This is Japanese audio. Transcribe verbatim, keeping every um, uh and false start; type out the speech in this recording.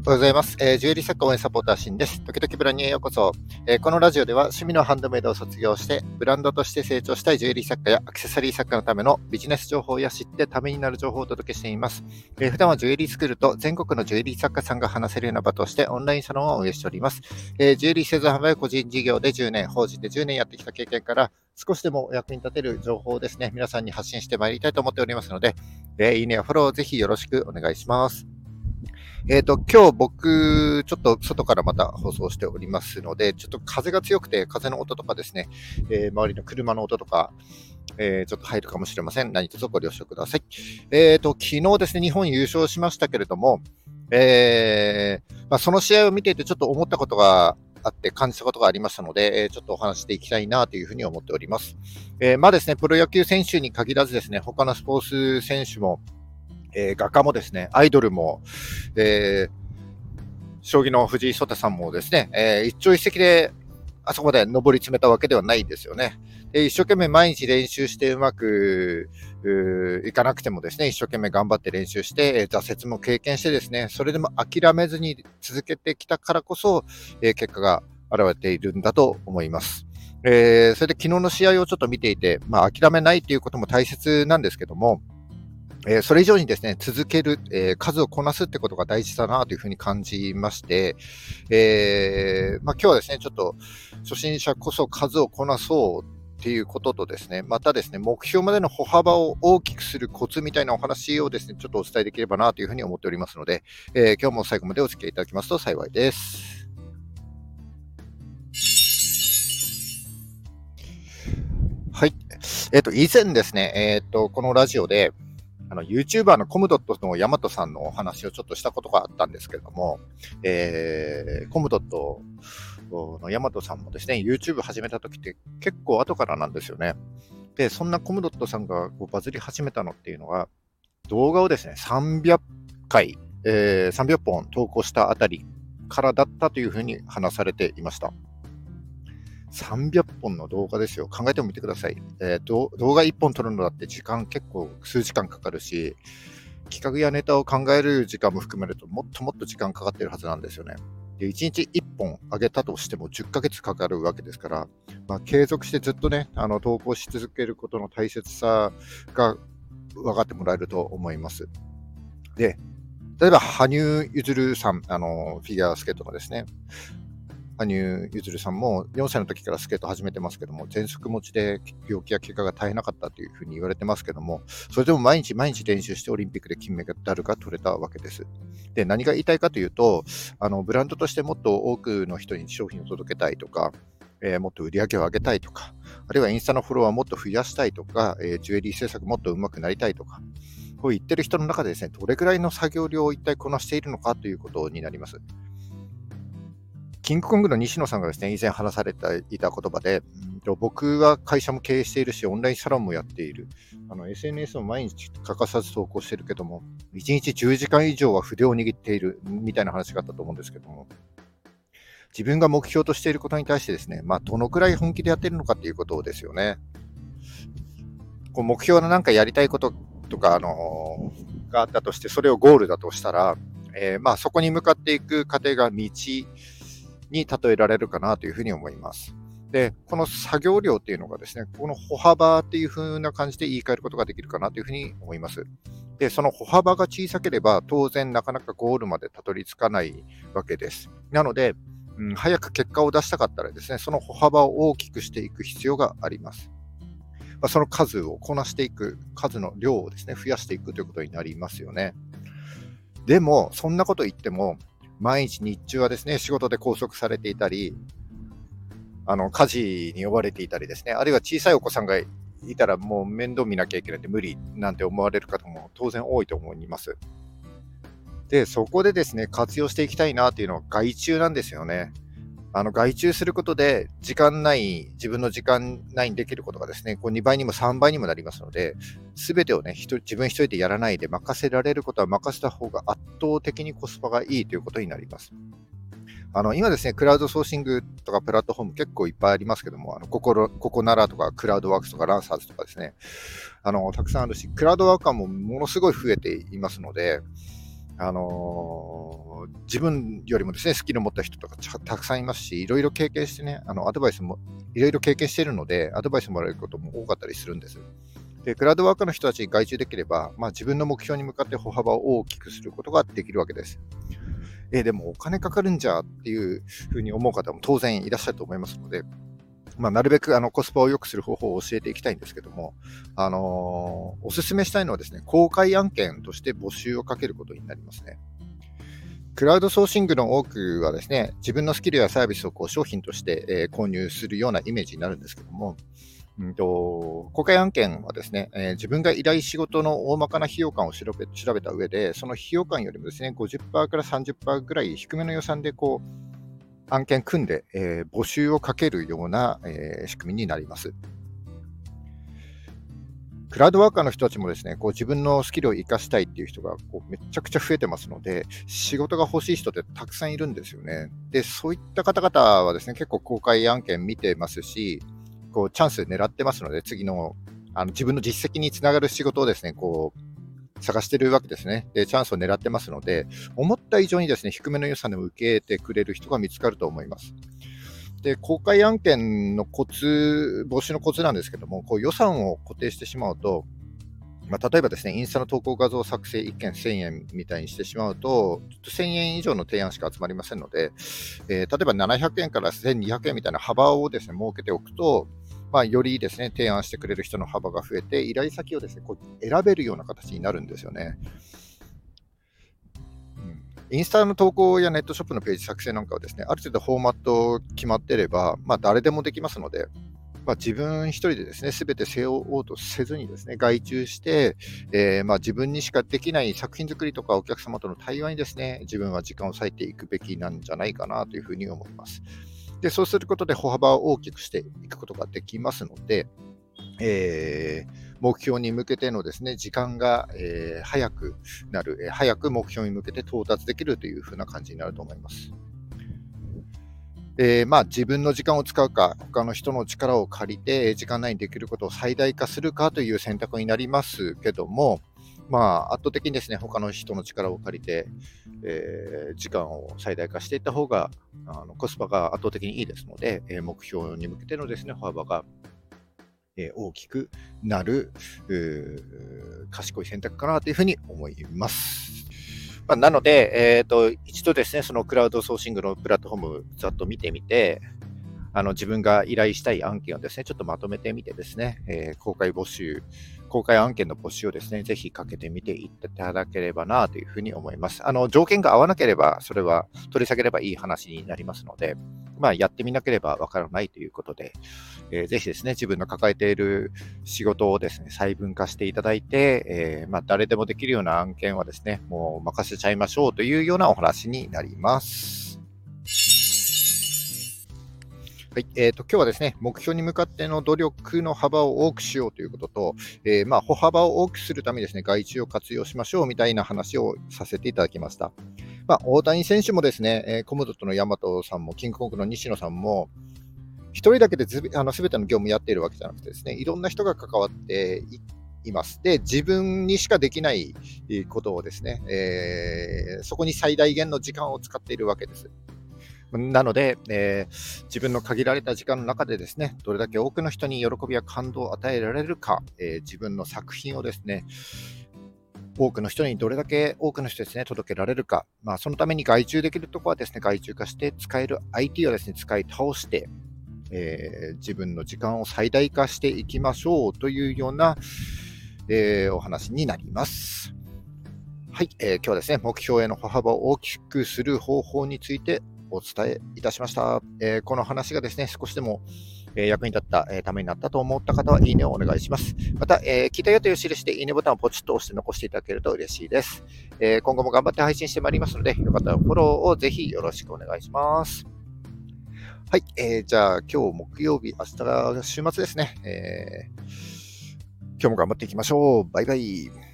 おはようございます。えージュエリー作家応援サポーターシンです。時々ブランニュへようこそ。えーこのラジオでは趣味のハンドメイドを卒業してブランドとして成長したいジュエリー作家やアクセサリー作家のためのビジネス情報や知ってためになる情報をお届けしています。えー普段はジュエリースクールと全国のジュエリー作家さんが話せるような場としてオンラインサロンを運営しております。えージュエリー製造販売を個人事業でじゅうねん、法人でじゅうねんやってきた経験から少しでもお役に立てる情報をですね、皆さんに発信してまいりたいと思っておりますので、えーいいねやフォローをぜひよろしくお願いします。えっと、今日僕、ちょっと外からまた放送しておりますので、ちょっと風が強くて、風の音とかですね、えー周りの車の音とか、えーちょっと入るかもしれません。何卒ご了承ください。えっと、昨日ですね、日本優勝しましたけれども、えーまあ、その試合を見ていてちょっと思ったことがあって感じたことがありましたので、えーちょっとお話していきたいなというふうに思っております。えーまあですね、プロ野球選手に限らずですね、他のスポーツ選手も、えー画家もですね、アイドルも、えー将棋の藤井聡太さんもですね、えー一朝一夕であそこまで上り詰めたわけではないんですよね。で一生懸命毎日練習してうまくういかなくてもですね、一生懸命頑張って練習して、えー挫折も経験してですね、それでも諦めずに続けてきたからこそ、えー結果が現れているんだと思います。えーそれで昨日の試合をちょっと見ていて、まあ、諦めないということも大切なんですけども、えーそれ以上にですね、続ける、えー数をこなすってことが大事だなというふうに感じまして、えーまあ、今日はですね、ちょっと初心者こそ数をこなそうっていうこととですね、またですね、目標までの歩幅を大きくするコツみたいなお話をですね、ちょっとお伝えできればなというふうに思っておりますので、えー今日も最後までお付き合いいただきますと幸いです。はい。えっ、と、以前ですね、えっ、と、このラジオで、あの、YouTuber のコムドットのヤマトさんのお話をちょっとしたことがあったんですけれども、えー、コムドットのヤマトさんもですね、YouTube 始めた時って結構後からなんですよね。で、そんなコムドットさんがこうバズり始めたのっていうのが、動画をですね、さんびゃっかい、えー、さんびゃっぽん投稿したあたりからだったというふうに話されていました。さんびゃっぽんの動画ですよ。考えてみてください。えー、動画いっぽん撮るのだって時間結構数時間かかるし、企画やネタを考える時間も含めるともっともっと時間かかってるはずなんですよね。で、いちにちいっぽん上げたとしてもじゅっかげつかかるわけですから、まあ、継続してずっとね、あの投稿し続けることの大切さが分かってもらえると思います。で、例えば羽生結弦さん、あのフィギュアスケートのですね、羽生結弦さんもよんさいの時からスケート始めてますけども、喘息持ちで病気や怪我が大変なかったというふうに言われてますけども、それでも毎日毎日練習してオリンピックで金メダルが取れたわけです。で、何が言いたいかというと、あのブランドとしてもっと多くの人に商品を届けたいとか、えーもっと売り上げを上げたいとか、あるいはインスタのフォロワーをもっと増やしたいとか、えージュエリー制作もっと上手くなりたいとか、こう言ってる人の中でですね、どれくらいの作業量を一体こなしているのかということになります。キングコングの西野さんがですね、以前話されていた言葉で、うんと僕は会社も経営しているし、オンラインサロンもやっている。あの エスエヌエス も毎日欠かさず投稿しているけども、いちにちじゅうじかん以上は筆を握っているみたいな話があったと思うんですけども、自分が目標としていることに対してですね、まあ、どのくらい本気でやっているのかということですよね。こう目標のなんかやりたいこととか、あのーがあったとして、それをゴールだとしたら、えーまあ、そこに向かっていく過程が道に例えられるかなというふうに思います。で、この作業量っていうのがですね、この歩幅っていう風な感じで言い換えることができるかなというふうに思います。で、その歩幅が小さければ、当然なかなかゴールまでたどり着かないわけです。なので、うん、早く結果を出したかったらですね、その歩幅を大きくしていく必要があります。まあ、その数をこなしていく、数の量をですね、増やしていくということになりますよね。でも、そんなこと言っても、毎日日中はですね、仕事で拘束されていたり、あの家事に追われていたりですね、あるいは小さいお子さんがいたらもう面倒見なきゃいけないんで無理なんて思われる方も当然多いと思います。で、そこでですね、活用していきたいなというのは外注なんですよね。あの外注することで時間内、自分の時間内にできることがですね、こうにばいにもさんばいにもなりますので、すべてをね、一人自分一人でやらないで任せられることは任せた方が圧倒的にコスパがいいということになります。あの今ですね、クラウドソーシングとかプラットフォーム結構いっぱいありますけども、あのここここならとかクラウドワークスとかランサーズとかですね、あのたくさんあるし、クラウドワーカーもものすごい増えていますので、 あのー自分よりもですね、スキルを持った人とかたくさんいますし、いろいろ経験してね、あのアドバイスもいろいろ経験しているので、アドバイスもらえることも多かったりするんです。で、クラウドワーカーの人たちに外注できれば、まあ、自分の目標に向かって歩幅を大きくすることができるわけです。えー、でもお金かかるんじゃっていうふうに思う方も当然いらっしゃると思いますので、まあ、なるべくあのコスパを良くする方法を教えていきたいんですけども、あのーおすすめしたいのはですね、公開案件として募集をかけることになりますね。クラウドソーシングの多くはですね、自分のスキルやサービスをこう商品として、えー購入するようなイメージになるんですけども、うんと、公開案件はですね、えー自分が依頼仕事の大まかな費用感を調べ調べた上で、その費用感よりもですね、ごじゅっパーセントからさんじゅっパーセントぐらい低めの予算でこう案件組んで、えー募集をかけるような、えー仕組みになります。クラウドワーカーの人たちもですね、こう自分のスキルを活かしたいっていう人がこうめちゃくちゃ増えてますので、仕事が欲しい人ってたくさんいるんですよね。で、そういった方々はですね、結構公開案件見てますし、こうチャンス狙ってますので、次のあの自分の実績につながる仕事をですね、こう探してるわけですね。で、チャンスを狙ってますので、思った以上にですね、低めの予算でも受けてくれる人が見つかると思います。で、公開案件のコツ、募集のコツなんですけども、こう予算を固定してしまうと、まあ、例えばですね、インスタの投稿画像作成いっけんせんえんみたいにしてしまうと、ちょっとせんえん以上の提案しか集まりませんので、えー例えばななひゃくえんからせんにひゃくえんみたいな幅をですね、設けておくと、まあ、よりですね、提案してくれる人の幅が増えて、依頼先をですね、こう選べるような形になるんですよね。インスタの投稿やネットショップのページ作成なんかはですね、ある程度フォーマット決まっていれば、まあ、誰でもできますので、まあ、自分一人でですね、すべて背負おうとせずにですね、外注して、えーまあ、自分にしかできない作品作りとかお客様との対話にですね、自分は時間を割いていくべきなんじゃないかなというふうに思います。で、そうすることで歩幅を大きくしていくことができますので、えー目標に向けてのですね、時間が、えー早くなる、えー早く目標に向けて到達できるというふうな感じになると思います。えーまあ、自分の時間を使うか、他の人の力を借りて、時間内にできることを最大化するかという選択になりますけども、まあ、圧倒的にですね、他の人の力を借りて、えー時間を最大化していった方が、あのコスパが圧倒的にいいですので、えー目標に向けてのですね、歩幅がえー大きくなる、うー賢い選択かなというふうに思います。まあ、なので、えーと、一度ですね、そのクラウドソーシングのプラットフォームざっと見てみて、あの自分が依頼したい案件をですね、ちょっとまとめてみてですね、えー公開募集、公開案件の募集をですね、ぜひかけてみていただければなというふうに思います。あの、条件が合わなければ、それは取り下げればいい話になりますので、まあ、やってみなければわからないということで、えーぜひですね、自分の抱えている仕事をですね、細分化していただいて、えーまあ、誰でもできるような案件はですね、もう任せちゃいましょうというようなお話になります。はい、えーと、今日はですね、目標に向かっての努力の幅を多くしようということと、えーまあ、歩幅を大きくするためにですね、外注を活用しましょうみたいな話をさせていただきました。まあ、大谷選手もですね、えーコムドットの大和さんも、キングコングの西野さんも、一人だけでずあの全ての業務やっているわけじゃなくてですね、いろんな人が関わっています。で、自分にしかできないことをですね、えーそこに最大限の時間を使っているわけです。なので、えー自分の限られた時間の中でですね、どれだけ多くの人に喜びや感動を与えられるか、えー自分の作品をですね、多くの人にどれだけ多くの人ですね、届けられるか、まあ、そのために外注できるところはですね、外注化して使える アイティー をですね、使い倒して、えー自分の時間を最大化していきましょうというような、えーお話になります。はい、えー今日はですね、目標への歩幅を大きくする方法についてお伝えいたしました。えーこの話がですね、少しでもえー役に立った、えーためになったと思った方は、いいねをお願いします。また、えー聞いたよという印で、いいねボタンをポチッと押して残していただけると嬉しいです。えー今後も頑張って配信してまいりますので、よかったらフォローをぜひよろしくお願いします。はい、えーじゃあ今日木曜日、明日が週末ですね。えー今日も頑張っていきましょう。バイバイ。